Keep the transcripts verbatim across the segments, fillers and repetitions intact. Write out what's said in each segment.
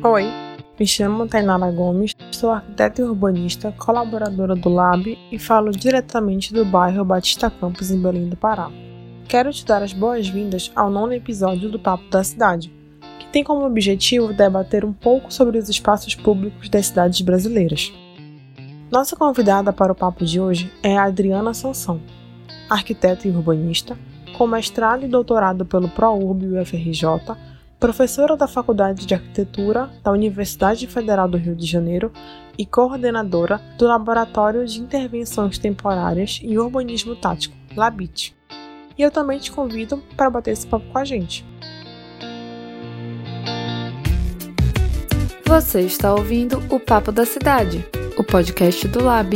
Oi, me chamo Tainara Gomes, sou arquiteta e urbanista, colaboradora do Lab e falo diretamente do bairro Batista Campos, em Belém do Pará. Quero te dar as boas-vindas ao nono episódio do Papo da Cidade, que tem como objetivo debater um pouco sobre os espaços públicos das cidades brasileiras. Nossa convidada para o papo de hoje é a Adriana Assunção, arquiteta e urbanista, com mestrado e doutorado pelo ProUrb U F R J, professora da Faculdade de Arquitetura da Universidade Federal do Rio de Janeiro e coordenadora do Laboratório de Intervenções Temporárias e Urbanismo Tático, LABIT. E eu também te convido para bater esse papo com a gente. Você está ouvindo o Papo da Cidade, o podcast do Lab.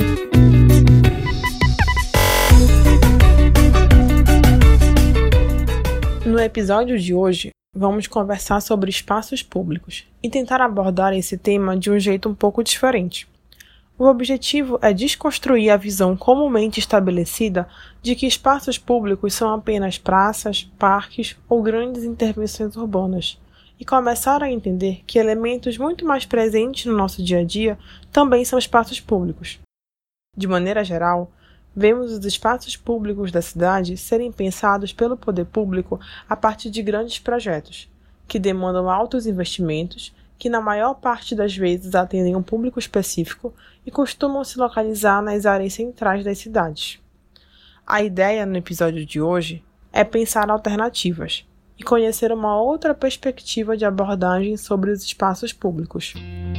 No episódio de hoje, vamos conversar sobre espaços públicos e tentar abordar esse tema de um jeito um pouco diferente. O objetivo é desconstruir a visão comumente estabelecida de que espaços públicos são apenas praças, parques ou grandes intervenções urbanas, e começar a entender que elementos muito mais presentes no nosso dia a dia também são espaços públicos. De maneira geral, vemos os espaços públicos da cidade serem pensados pelo poder público a partir de grandes projetos, que demandam altos investimentos, que na maior parte das vezes atendem um público específico e costumam se localizar nas áreas centrais das cidades. A ideia no episódio de hoje é pensar alternativas e conhecer uma outra perspectiva de abordagem sobre os espaços públicos.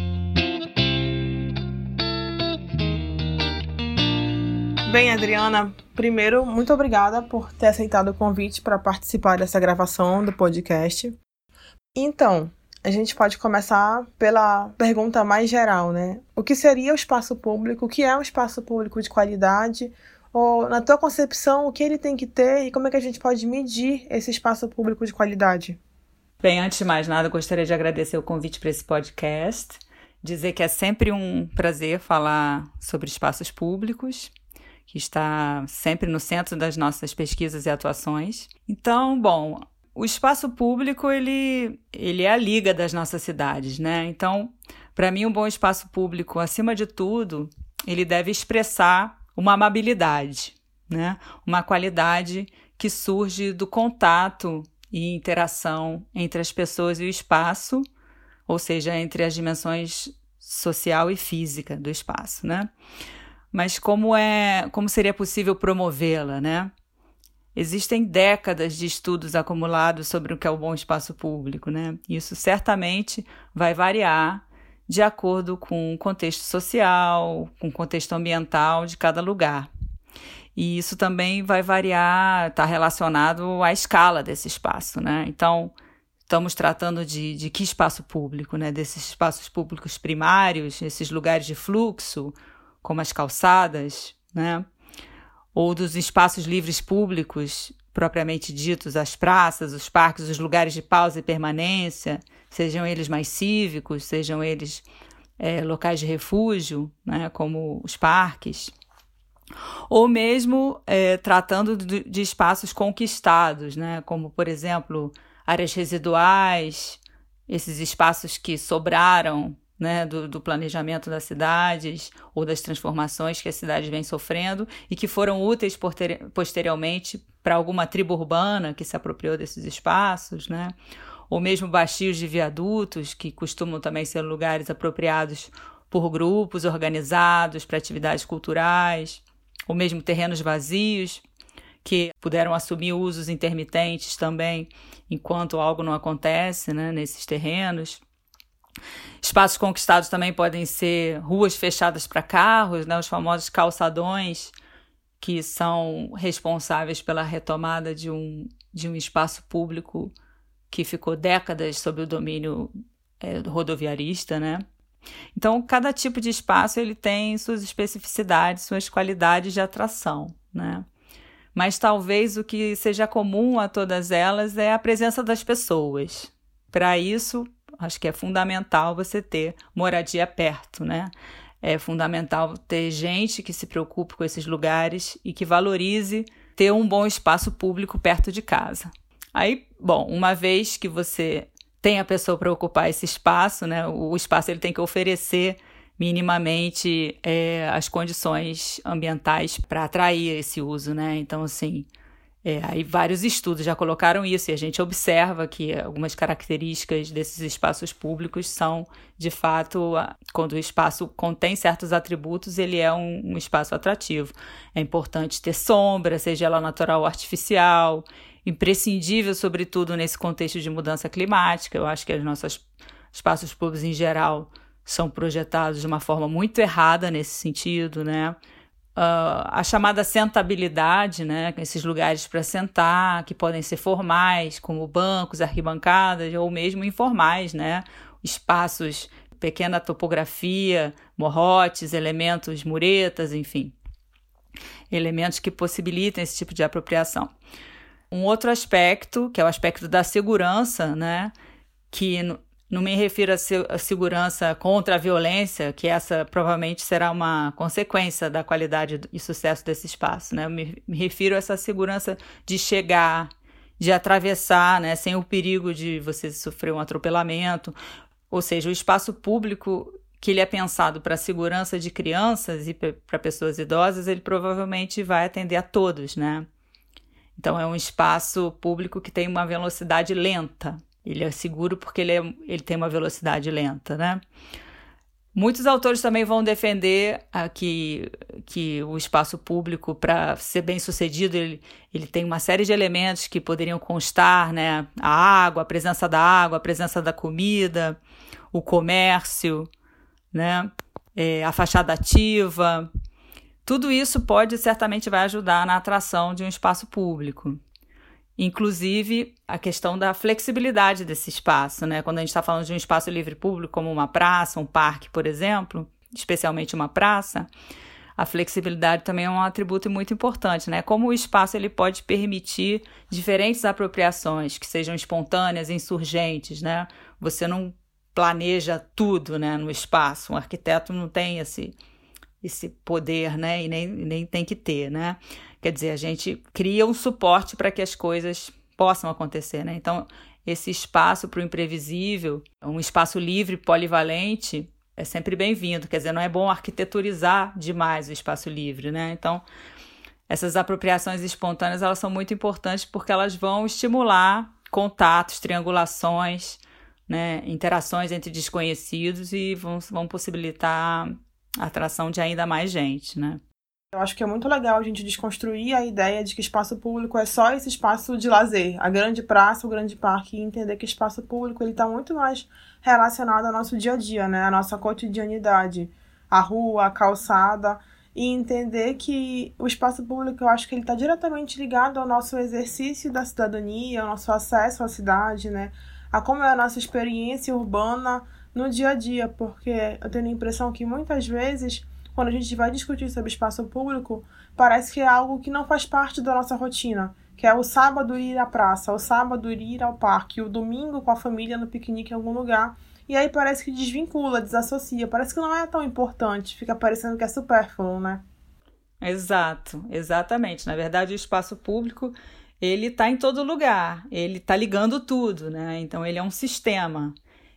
Bem, Adriana, primeiro, muito obrigada por ter aceitado o convite para participar dessa gravação do podcast. Então, a gente pode começar pela pergunta mais geral, né? O que seria o espaço público? O que é um espaço público de qualidade? Ou, na tua concepção, o que ele tem que ter e como é que a gente pode medir esse espaço público de qualidade? Bem, antes de mais nada, eu gostaria de agradecer o convite para esse podcast, dizer que é sempre um prazer falar sobre espaços públicos, que está sempre no centro das nossas pesquisas e atuações. Então, bom, o espaço público, ele, ele é a liga das nossas cidades, né? Então, para mim, um bom espaço público, acima de tudo, ele deve expressar uma amabilidade, né? Uma qualidade que surge do contato e interação entre as pessoas e o espaço, ou seja, entre as dimensões social e física do espaço, né? Mas como, é, como seria possível promovê-la, né? Existem décadas de estudos acumulados sobre o que é o bom espaço público, né? Isso certamente vai variar de acordo com o contexto social, com o contexto ambiental de cada lugar. E isso também vai variar, está relacionado à escala desse espaço, né? Então, estamos tratando de, de que espaço público, né? Desses espaços públicos primários, esses lugares de fluxo, como as calçadas, né? Ou dos espaços livres públicos, propriamente ditos, as praças, os parques, os lugares de pausa e permanência, sejam eles mais cívicos, sejam eles é, locais de refúgio, né? Como os parques. Ou mesmo é, tratando de, de espaços conquistados, né? Como, por exemplo, áreas residuais, esses espaços que sobraram, né, do, do planejamento das cidades ou das transformações que a cidade vem sofrendo e que foram úteis porteri- posteriormente para alguma tribo urbana que se apropriou desses espaços, né? Ou mesmo bastios de viadutos, que costumam também ser lugares apropriados por grupos organizados para atividades culturais, ou mesmo terrenos vazios, que puderam assumir usos intermitentes também, enquanto algo não acontece, né, nesses terrenos. Espaços conquistados também podem ser ruas fechadas para carros, né, os famosos calçadões, que são responsáveis pela retomada de um, de um espaço público que ficou décadas sob o domínio é, rodoviarista, né? Então, cada tipo de espaço ele tem suas especificidades, suas qualidades de atração, né? Mas talvez o que seja comum a todas elas é a presença das pessoas. Para isso, acho que é fundamental você ter moradia perto, né? É fundamental ter gente que se preocupe com esses lugares e que valorize ter um bom espaço público perto de casa. Aí, bom, uma vez que você tem a pessoa para ocupar esse espaço, né? O espaço ele tem que oferecer minimamente é, as condições ambientais para atrair esse uso, né? Então, assim, é, aí vários estudos já colocaram isso, e a gente observa que algumas características desses espaços públicos são, de fato, quando o espaço contém certos atributos, ele é um, um espaço atrativo. É importante ter sombra, seja ela natural ou artificial, imprescindível, sobretudo, nesse contexto de mudança climática. Eu acho que os nossos espaços públicos, em geral, são projetados de uma forma muito errada nesse sentido, né? Uh, a chamada sentabilidade, né? Esses lugares para sentar, que podem ser formais, como bancos, arquibancadas, ou mesmo informais, né? Espaços, pequena topografia, morrotes, elementos, muretas, enfim. Elementos que possibilitam esse tipo de apropriação. Um outro aspecto, que é o aspecto da segurança, né? Que não me refiro à segurança contra a violência, que essa provavelmente será uma consequência da qualidade e sucesso desse espaço, né? Eu me, me refiro a essa segurança de chegar, de atravessar, né? Sem o perigo de você sofrer um atropelamento. Ou seja, o espaço público que ele é pensado para a segurança de crianças e para pessoas idosas, ele provavelmente vai atender a todos, né? Então, é um espaço público que tem uma velocidade lenta. Ele é seguro porque ele, é, ele tem uma velocidade lenta, né? Muitos autores também vão defender ah, que, que o espaço público, para ser bem sucedido, ele, ele tem uma série de elementos que poderiam constar, né? A água, a presença da água, a presença da comida, o comércio, né? É, a fachada ativa. Tudo isso pode, certamente, vai ajudar na atração de um espaço público. Inclusive, a questão da flexibilidade desse espaço, né? Quando a gente está falando de um espaço livre público, como uma praça, um parque, por exemplo, especialmente uma praça, a flexibilidade também é um atributo muito importante, né? Como o espaço ele pode permitir diferentes apropriações, que sejam espontâneas, insurgentes, né? Você não planeja tudo, né, no espaço. Um arquiteto não tem esse, esse poder, né? E nem, nem tem que ter, né? Quer dizer, a gente cria um suporte para que as coisas possam acontecer, né? Então, esse espaço para o imprevisível, um espaço livre, polivalente, é sempre bem-vindo. Quer dizer, não é bom arquiteturizar demais o espaço livre, né? Então, essas apropriações espontâneas, elas são muito importantes porque elas vão estimular contatos, triangulações, né? Interações entre desconhecidos e vão, vão possibilitar a atração de ainda mais gente, né? Eu acho que é muito legal a gente desconstruir a ideia de que espaço público é só esse espaço de lazer, a grande praça, o grande parque, e entender que espaço público ele está muito mais relacionado ao nosso dia a dia, né? A nossa cotidianidade, a rua, a calçada, e entender que o espaço público, eu acho que ele está diretamente ligado ao nosso exercício da cidadania, ao nosso acesso à cidade, né? A como é a nossa experiência urbana no dia a dia, porque eu tenho a impressão que muitas vezes, quando a gente vai discutir sobre espaço público, parece que é algo que não faz parte da nossa rotina, que é o sábado ir à praça, o sábado ir ao parque, o domingo com a família no piquenique em algum lugar, e aí parece que desvincula, desassocia, parece que não é tão importante, fica parecendo que é supérfluo, né? Exato, exatamente. Na verdade, o espaço público, ele está em todo lugar, ele está ligando tudo, né? Então, ele é um sistema.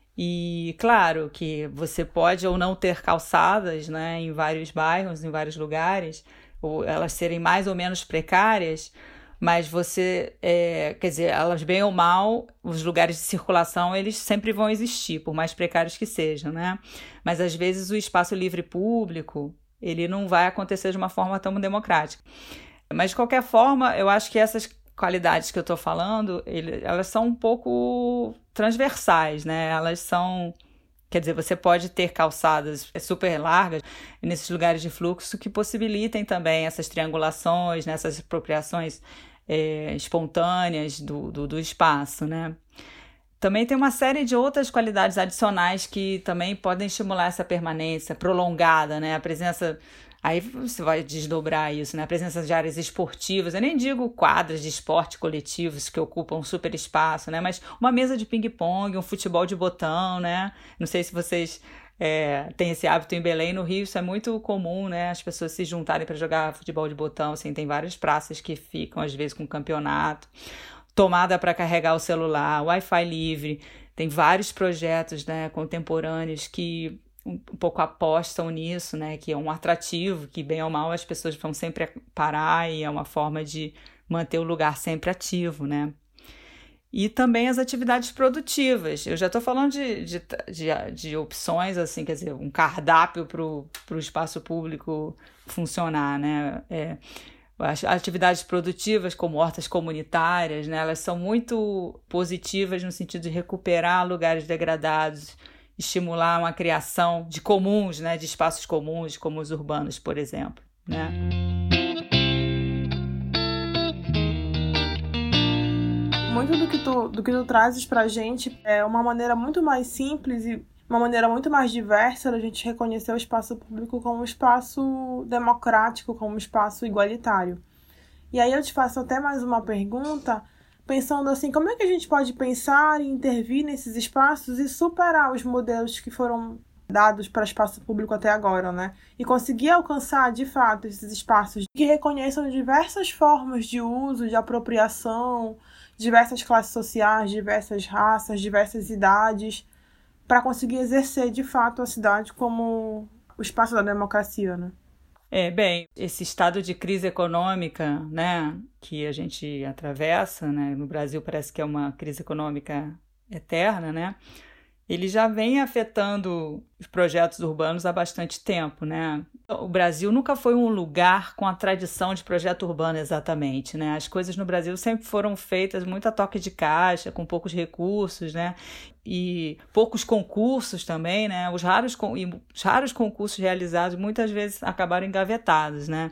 E, claro, que você pode ou não ter calçadas, né, em vários bairros, em vários lugares, ou elas serem mais ou menos precárias, mas você, é, quer dizer, elas bem ou mal, os lugares de circulação, eles sempre vão existir, por mais precários que sejam, né? Mas, às vezes, o espaço livre público, ele não vai acontecer de uma forma tão democrática. Mas, de qualquer forma, eu acho que essas qualidades que eu estou falando, ele, elas são um pouco transversais, né? Elas são, quer dizer, você pode ter calçadas super largas nesses lugares de fluxo que possibilitem também essas triangulações, né? Essas apropriações é, espontâneas do, do, do espaço, né? Também tem uma série de outras qualidades adicionais que também podem estimular essa permanência prolongada, né? A presença... Aí você vai desdobrar isso, né? A presença de áreas esportivas, eu nem digo quadras de esporte coletivos que ocupam um super espaço, né? Mas uma mesa de ping-pong, um futebol de botão, né? Não sei se vocês é, têm esse hábito em Belém, no Rio isso é muito comum, né? As pessoas se juntarem para jogar futebol de botão, assim, tem várias praças que ficam, às vezes, com campeonato. Tomada para carregar o celular, Wi-Fi livre, tem vários projetos, né, contemporâneos que um pouco apostam nisso, né, que é um atrativo, que bem ou mal as pessoas vão sempre parar e é uma forma de manter o lugar sempre ativo, né. E também as atividades produtivas. Eu já estou falando de, de, de, de opções, assim, quer dizer, um cardápio para o espaço público funcionar, né? É, as atividades produtivas, como hortas comunitárias, né, elas são muito positivas no sentido de recuperar lugares degradados, estimular uma criação de comuns, né, de espaços comuns, como os urbanos, por exemplo, né? Muito do que tu, do que tu trazes pra gente é uma maneira muito mais simples e uma maneira muito mais diversa da gente reconhecer o espaço público como um espaço democrático, como um espaço igualitário. E aí eu te faço até mais uma pergunta, pensando assim, como é que a gente pode pensar e intervir nesses espaços e superar os modelos que foram dados para espaço público até agora, né? E conseguir alcançar, de fato, esses espaços que reconheçam diversas formas de uso, de apropriação, diversas classes sociais, diversas raças, diversas idades, para conseguir exercer, de fato, a cidade como o espaço da democracia, né? É, bem, esse estado de crise econômica, né, que a gente atravessa, né, no Brasil parece que é uma crise econômica eterna, né, ele já vem afetando os projetos urbanos há bastante tempo, né? O Brasil nunca foi um lugar com a tradição de projeto urbano exatamente, né? As coisas no Brasil sempre foram feitas muito a toque de caixa, com poucos recursos, né? E poucos concursos também, né? Os raros, os raros concursos realizados muitas vezes acabaram engavetados, né?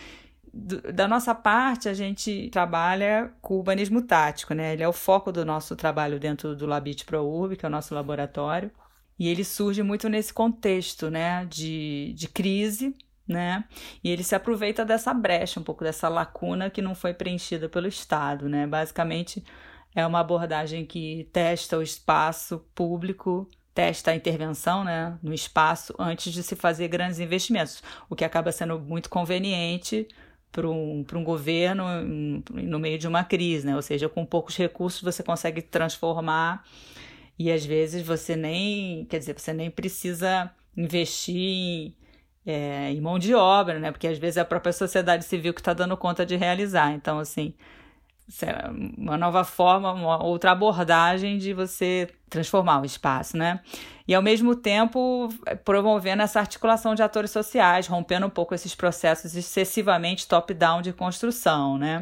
Da nossa parte, a gente trabalha com o urbanismo tático, né? Ele é o foco do nosso trabalho dentro do Labit ProUrb, que é o nosso laboratório, e ele surge muito nesse contexto, né, de, de crise, né? E ele se aproveita dessa brecha, um pouco dessa lacuna que não foi preenchida pelo Estado, né? Basicamente, é uma abordagem que testa o espaço público, testa a intervenção, né, no espaço antes de se fazer grandes investimentos, o que acaba sendo muito conveniente para um, para um governo no meio de uma crise, né? Ou seja, com poucos recursos você consegue transformar e às vezes você nem, quer dizer, você nem precisa investir em, é, em mão de obra, né? Porque às vezes é a própria sociedade civil que está dando conta de realizar. Então, assim, uma nova forma, uma outra abordagem de você transformar o espaço, né? E, ao mesmo tempo, promovendo essa articulação de atores sociais, rompendo um pouco esses processos excessivamente top-down de construção, né?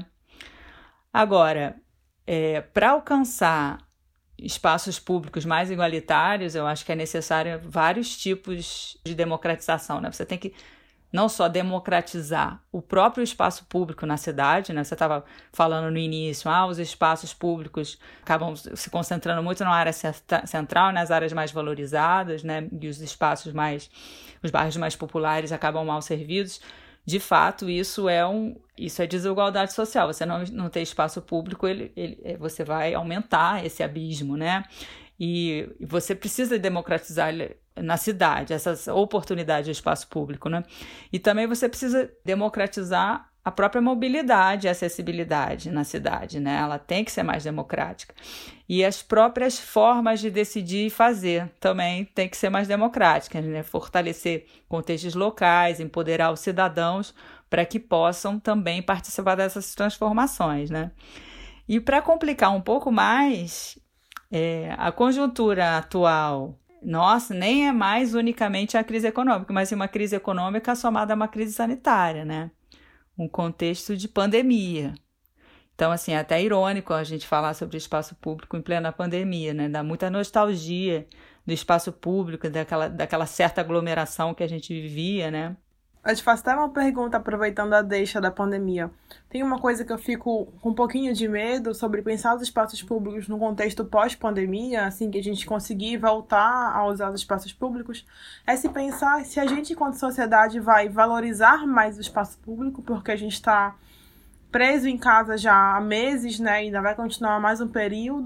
Agora, é, para alcançar espaços públicos mais igualitários, eu acho que é necessário vários tipos de democratização, né? Você tem que não só democratizar o próprio espaço público na cidade, né? Você estava falando no início, ah, os espaços públicos acabam se concentrando muito na área central, nas áreas mais valorizadas, né? E os espaços mais, os bairros mais populares acabam mal servidos. De fato, isso é, um, isso é desigualdade social. Você não, não ter espaço público, ele, ele, você vai aumentar esse abismo, né? E você precisa democratizar na cidade essa oportunidade de espaço público, né? E também você precisa democratizar a própria mobilidade e acessibilidade na cidade, né? Ela tem que ser mais democrática. E as próprias formas de decidir e fazer também tem que ser mais democráticas, né? Fortalecer contextos locais, empoderar os cidadãos para que possam também participar dessas transformações, né? E para complicar um pouco mais, é, a conjuntura atual, nossa, nem é mais unicamente a crise econômica, mas uma crise econômica somada a uma crise sanitária, né? Um contexto de pandemia. Então, assim, é até irônico a gente falar sobre o espaço público em plena pandemia, né? Dá muita nostalgia do espaço público, daquela, daquela certa aglomeração que a gente vivia, né? Eu te faço até uma pergunta, aproveitando a deixa da pandemia. Tem uma coisa que eu fico com um pouquinho de medo sobre pensar os espaços públicos no contexto pós-pandemia, assim, que a gente conseguir voltar a usar os espaços públicos, é se pensar se a gente, enquanto sociedade, vai valorizar mais o espaço público, porque a gente está preso em casa já há meses, né, e ainda vai continuar mais um período,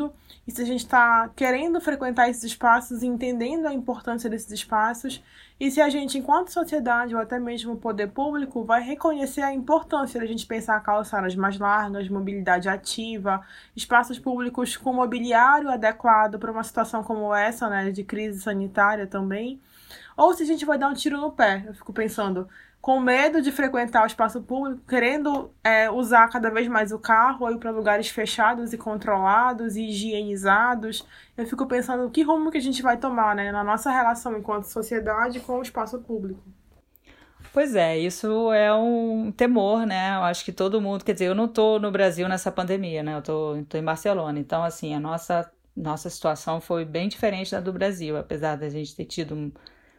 e se a gente está querendo frequentar esses espaços e entendendo a importância desses espaços, e se a gente, enquanto sociedade ou até mesmo o poder público, vai reconhecer a importância da gente pensar calçadas mais largas, mobilidade ativa, espaços públicos com mobiliário adequado para uma situação como essa, né, de crise sanitária também, ou se a gente vai dar um tiro no pé. Eu fico pensando, com medo de frequentar o espaço público, querendo é, usar cada vez mais o carro, ou ir para lugares fechados e controlados e higienizados. Eu fico pensando que rumo que a gente vai tomar, né, na nossa relação enquanto sociedade com o espaço público. Pois é, isso é um temor, né? Eu acho que todo mundo, quer dizer, eu não estou no Brasil nessa pandemia, né? Eu tô, tô em Barcelona, então assim, a nossa, nossa situação foi bem diferente da do Brasil, apesar da gente ter tido um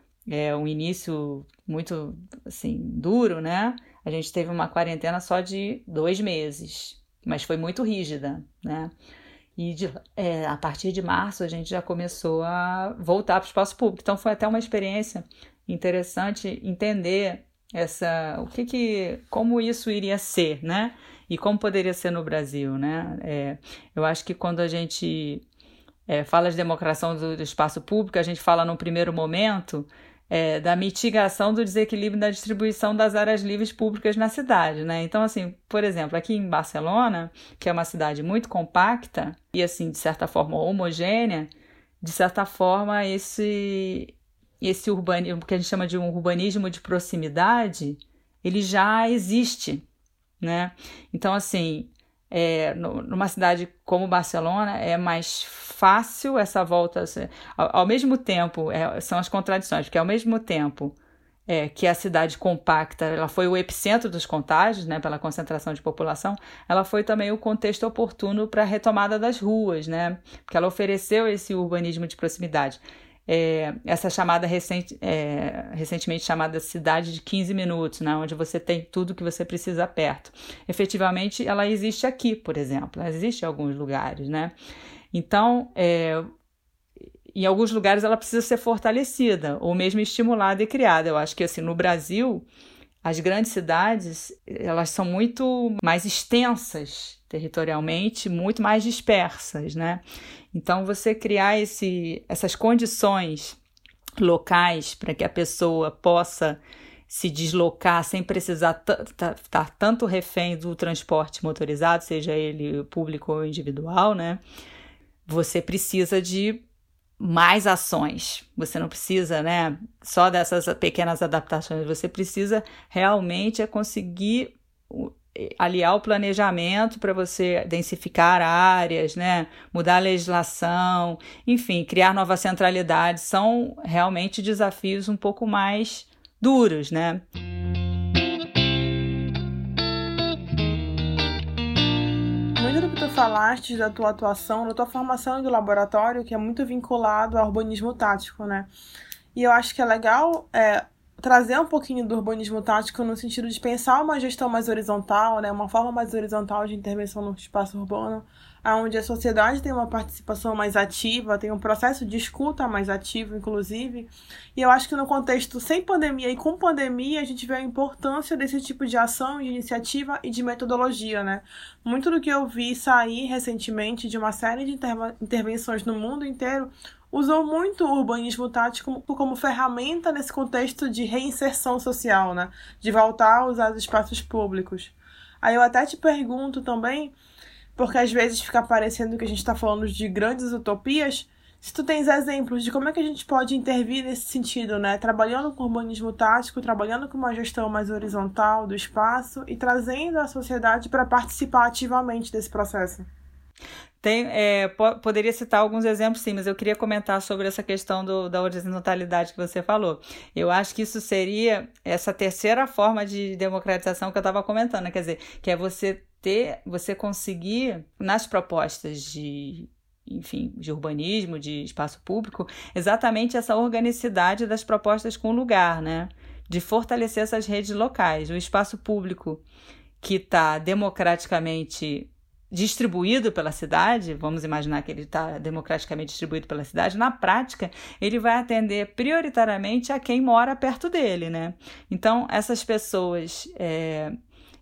É um início muito, assim, duro, né? A gente teve uma quarentena só de dois meses, mas foi muito rígida, né? E de, é, a partir de março a gente já começou a voltar para o espaço público. Então foi até uma experiência interessante entender essa, o que que, como isso iria ser, né? E como poderia ser no Brasil, né? É, eu acho que quando a gente é, fala de democracia do, do espaço público, a gente fala num primeiro momento É, da mitigação do desequilíbrio da distribuição das áreas livres públicas na cidade, né? Então, assim, por exemplo, aqui em Barcelona, que é uma cidade muito compacta e, assim, de certa forma homogênea, de certa forma, esse, esse urbanismo, que a gente chama de um urbanismo de proximidade, ele já existe, né? Então, assim, é, numa cidade como Barcelona é mais fácil essa volta, ao, ao mesmo tempo, é, são as contradições, porque ao mesmo tempo é, que a cidade compacta, ela foi o epicentro dos contágios, né, pela concentração de população, ela foi também o contexto oportuno para a retomada das ruas, né, porque ela ofereceu esse urbanismo de proximidade. É, essa chamada recente, é, recentemente chamada cidade de quinze minutos, né, onde você tem tudo que você precisa perto. Efetivamente, ela existe aqui, por exemplo, ela existe em alguns lugares, né? Então, é, em alguns lugares ela precisa ser fortalecida ou mesmo estimulada e criada. Eu acho que assim, no Brasil, as grandes cidades elas são muito mais extensas territorialmente, muito mais dispersas, né? Então, você criar esse, essas condições locais para que a pessoa possa se deslocar sem precisar estar tanto refém do transporte motorizado, seja ele público ou individual, né? Você precisa de mais ações. Você não precisa, né, só dessas pequenas adaptações. Você precisa realmente é conseguir aliar o planejamento para você densificar áreas, né, mudar a legislação, enfim, criar novas centralidades. São realmente desafios um pouco mais duros, né? Muito do que tu falaste da tua atuação, da tua formação do laboratório, que é muito vinculado ao urbanismo tático, né? E eu acho que é legal é, trazer um pouquinho do urbanismo tático no sentido de pensar uma gestão mais horizontal, né? Uma forma mais horizontal de intervenção no espaço urbano, onde a sociedade tem uma participação mais ativa, tem um processo de escuta mais ativo, inclusive. E eu acho que no contexto sem pandemia e com pandemia, a gente vê a importância desse tipo de ação, de iniciativa e de metodologia, né? Muito do que eu vi sair recentemente de uma série de inter- intervenções no mundo inteiro usou muito o urbanismo tático como, como ferramenta nesse contexto de reinserção social, né? De voltar a usar os espaços públicos. Aí eu até te pergunto também, porque às vezes fica parecendo que a gente está falando de grandes utopias, se tu tens exemplos de como é que a gente pode intervir nesse sentido, né? Trabalhando com urbanismo tático, trabalhando com uma gestão mais horizontal do espaço e trazendo a sociedade para participar ativamente desse processo. Tem, é, po- poderia citar alguns exemplos, sim, mas eu queria comentar sobre essa questão do, da horizontalidade que você falou. Eu acho que isso seria essa terceira forma de democratização que eu estava comentando, né? Quer dizer, que é você ter, você conseguir, nas propostas de, enfim, de urbanismo, de espaço público, exatamente essa organicidade das propostas com lugar, né? De fortalecer essas redes locais. O espaço público que está democraticamente distribuído pela cidade, vamos imaginar que ele está democraticamente distribuído pela cidade, na prática, ele vai atender prioritariamente a quem mora perto dele, né? Então, essas pessoas é,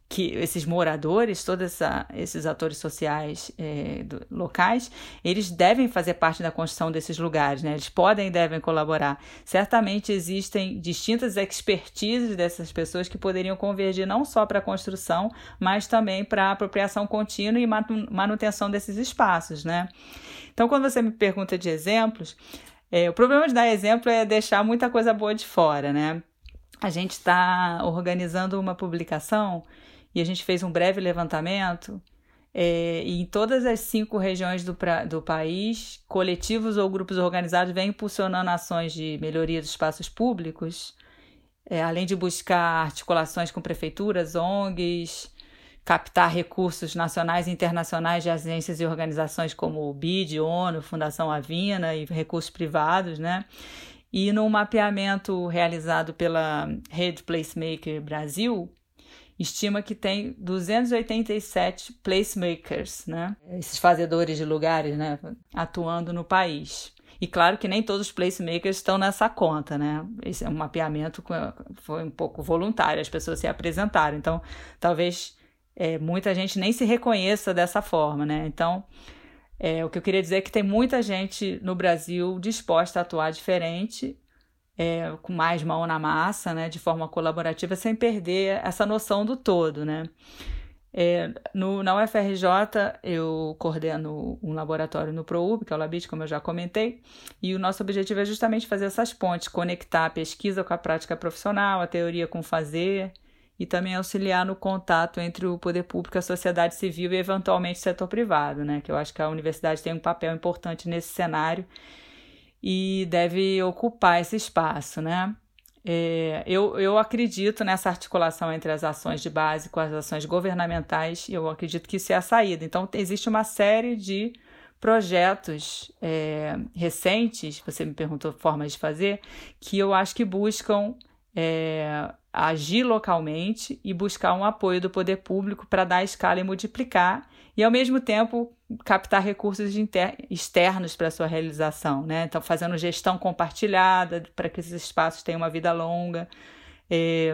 que esses moradores, todos essa, esses atores sociais é, do, locais, eles devem fazer parte da construção desses lugares, né? Eles podem e devem colaborar. Certamente existem distintas expertises dessas pessoas que poderiam convergir não só para a construção, mas também para a apropriação contínua e manutenção desses espaços, né? Então, quando você me pergunta de exemplos, é, o problema de dar exemplo é deixar muita coisa boa de fora, né? A gente está organizando uma publicação e a gente fez um breve levantamento é, e em todas as cinco regiões do, pra, do país, coletivos ou grupos organizados vêm impulsionando ações de melhoria dos espaços públicos, é, além de buscar articulações com prefeituras, O N Gs, captar recursos nacionais e internacionais de agências e organizações como o B I D, ONU, Fundação Avina e recursos privados, né? E no mapeamento realizado pela Rede Placemaker Brasil, estima que tem duzentos e oitenta e sete placemakers, né? Esses fazedores de lugares, né? Atuando no país. E claro que nem todos os placemakers estão nessa conta, né? Esse é um mapeamento que foi um pouco voluntário, as pessoas se apresentaram. Então, talvez é, muita gente nem se reconheça dessa forma, né? Então, é, o que eu queria dizer é que tem muita gente no Brasil disposta a atuar diferente, É, com mais mão na massa, né, de forma colaborativa, sem perder essa noção do todo, né? É, no, na U F R J, eu coordeno um laboratório no ProUB, que é o Labit, como eu já comentei, e o nosso objetivo é justamente fazer essas pontes, conectar a pesquisa com a prática profissional, a teoria com o fazer, e também auxiliar no contato entre o poder público, a sociedade civil e, eventualmente, o setor privado, né? Que eu acho que a universidade tem um papel importante nesse cenário, e deve ocupar esse espaço, né? É, eu, eu acredito nessa articulação entre as ações de base com as ações governamentais, e eu acredito que isso é a saída. Então, existe uma série de projetos é, recentes, você me perguntou formas de fazer, que eu acho que buscam é, agir localmente e buscar um apoio do poder público para dar escala e multiplicar, e, ao mesmo tempo, captar recursos inter... externos para a sua realização, né? Então, fazendo gestão compartilhada para que esses espaços tenham uma vida longa. É...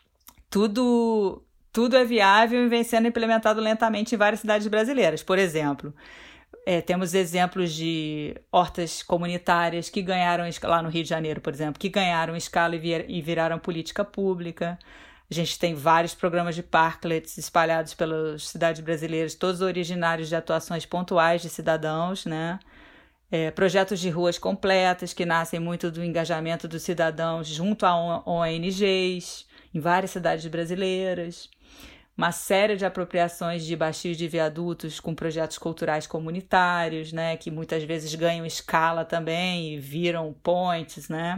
Tudo, tudo é viável e vem sendo implementado lentamente em várias cidades brasileiras. Por exemplo, é, temos exemplos de hortas comunitárias que ganharam, lá no Rio de Janeiro, por exemplo, que ganharam escala e, vir... e viraram política pública. A gente tem vários programas de parklets espalhados pelas cidades brasileiras, todos originários de atuações pontuais de cidadãos, né? É, projetos de ruas completas que nascem muito do engajamento dos cidadãos junto a O N Gs, em várias cidades brasileiras. Uma série de apropriações de baixios de viadutos com projetos culturais comunitários, né? Que muitas vezes ganham escala também e viram pontes, né?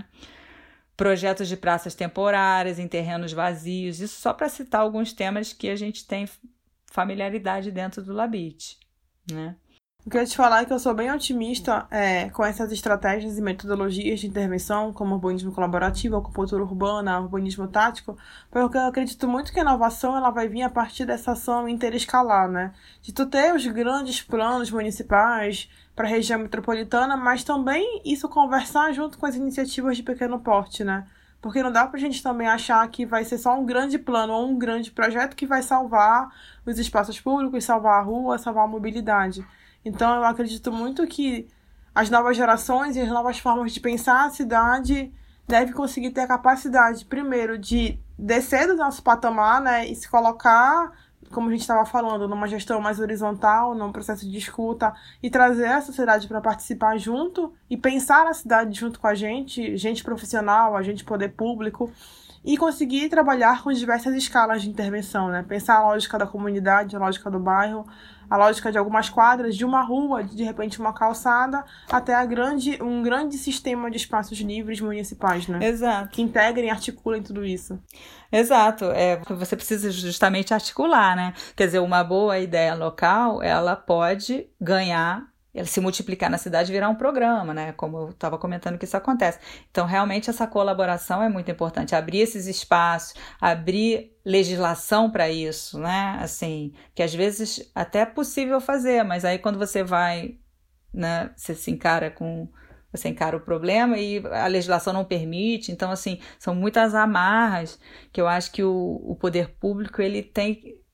Projetos de praças temporárias em terrenos vazios, isso só para citar alguns temas que a gente tem familiaridade dentro do Labit, né? Eu queria te falar que eu sou bem otimista é, com essas estratégias e metodologias de intervenção, como urbanismo colaborativo, acupuntura urbana, urbanismo tático, porque eu acredito muito que a inovação ela vai vir a partir dessa ação interescalar, né? De tu ter os grandes planos municipais para a região metropolitana, mas também isso conversar junto com as iniciativas de pequeno porte, né? Porque não dá pra gente também achar que vai ser só um grande plano ou um grande projeto que vai salvar os espaços públicos, salvar a rua, salvar a mobilidade. Então eu acredito muito que as novas gerações e as novas formas de pensar a cidade devem conseguir ter a capacidade, primeiro, de descer do nosso patamar, né, e se colocar, como a gente estava falando, numa gestão mais horizontal, num processo de escuta, e trazer a sociedade para participar junto e pensar a cidade junto com a gente, gente profissional, agente poder público, e conseguir trabalhar com diversas escalas de intervenção, né? Pensar a lógica da comunidade, a lógica do bairro, a lógica de algumas quadras, de uma rua, de repente uma calçada, até a grande, um grande sistema de espaços livres municipais, né? Exato. Que integrem e articulem tudo isso. Exato. É, você precisa justamente articular, né? Quer dizer, uma boa ideia local, ela pode ganhar, ela se multiplicar na cidade e virar um programa, né? Como eu estava comentando que isso acontece. Então, realmente, essa colaboração é muito importante. Abrir esses espaços, abrir legislação para isso, né? Assim, que às vezes até é possível fazer, mas aí quando você vai, né? Você se encara com... Você encara o problema e a legislação não permite. Então, assim, são muitas amarras que eu acho que o, o poder público, ele tem...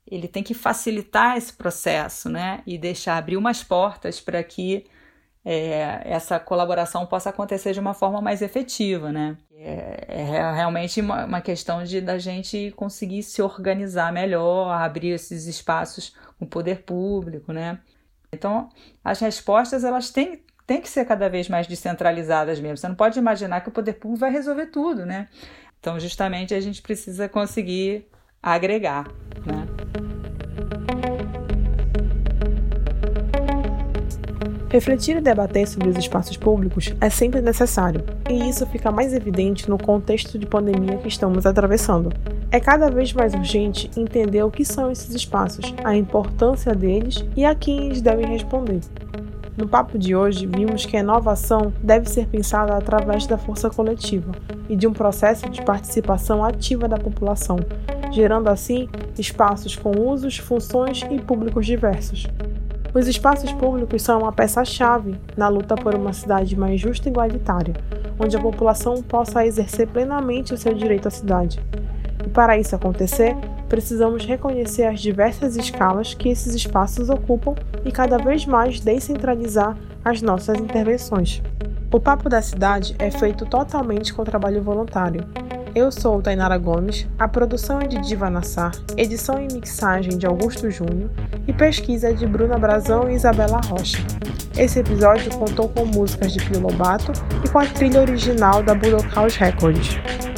ele tem que facilitar esse processo, né? E deixar, abrir umas portas para que é, essa colaboração possa acontecer de uma forma mais efetiva, né? É, é realmente uma, uma questão de da gente conseguir se organizar melhor, abrir esses espaços com o poder público, né? Então, as respostas, elas têm, têm que ser cada vez mais descentralizadas mesmo. Você não pode imaginar que o poder público vai resolver tudo, né? Então, justamente, a gente precisa conseguir agregar, né? Refletir e debater sobre os espaços públicos é sempre necessário, e isso fica mais evidente no contexto de pandemia que estamos atravessando. É cada vez mais urgente entender o que são esses espaços, a importância deles e a quem eles devem responder. No papo de hoje, vimos que a inovação deve ser pensada através da força coletiva e de um processo de participação ativa da população, gerando assim espaços com usos, funções e públicos diversos. Os espaços públicos são uma peça-chave na luta por uma cidade mais justa e igualitária, onde a população possa exercer plenamente o seu direito à cidade. E para isso acontecer, precisamos reconhecer as diversas escalas que esses espaços ocupam e cada vez mais descentralizar as nossas intervenções. O Papo da Cidade é feito totalmente com trabalho voluntário. Eu sou Tainara Gomes, a produção é de Diva Nassar, edição e mixagem de Augusto Júnior e pesquisa de Bruna Brazão e Isabela Rocha. Esse episódio contou com músicas de Pio Lobato e com a trilha original da Budokaus Records.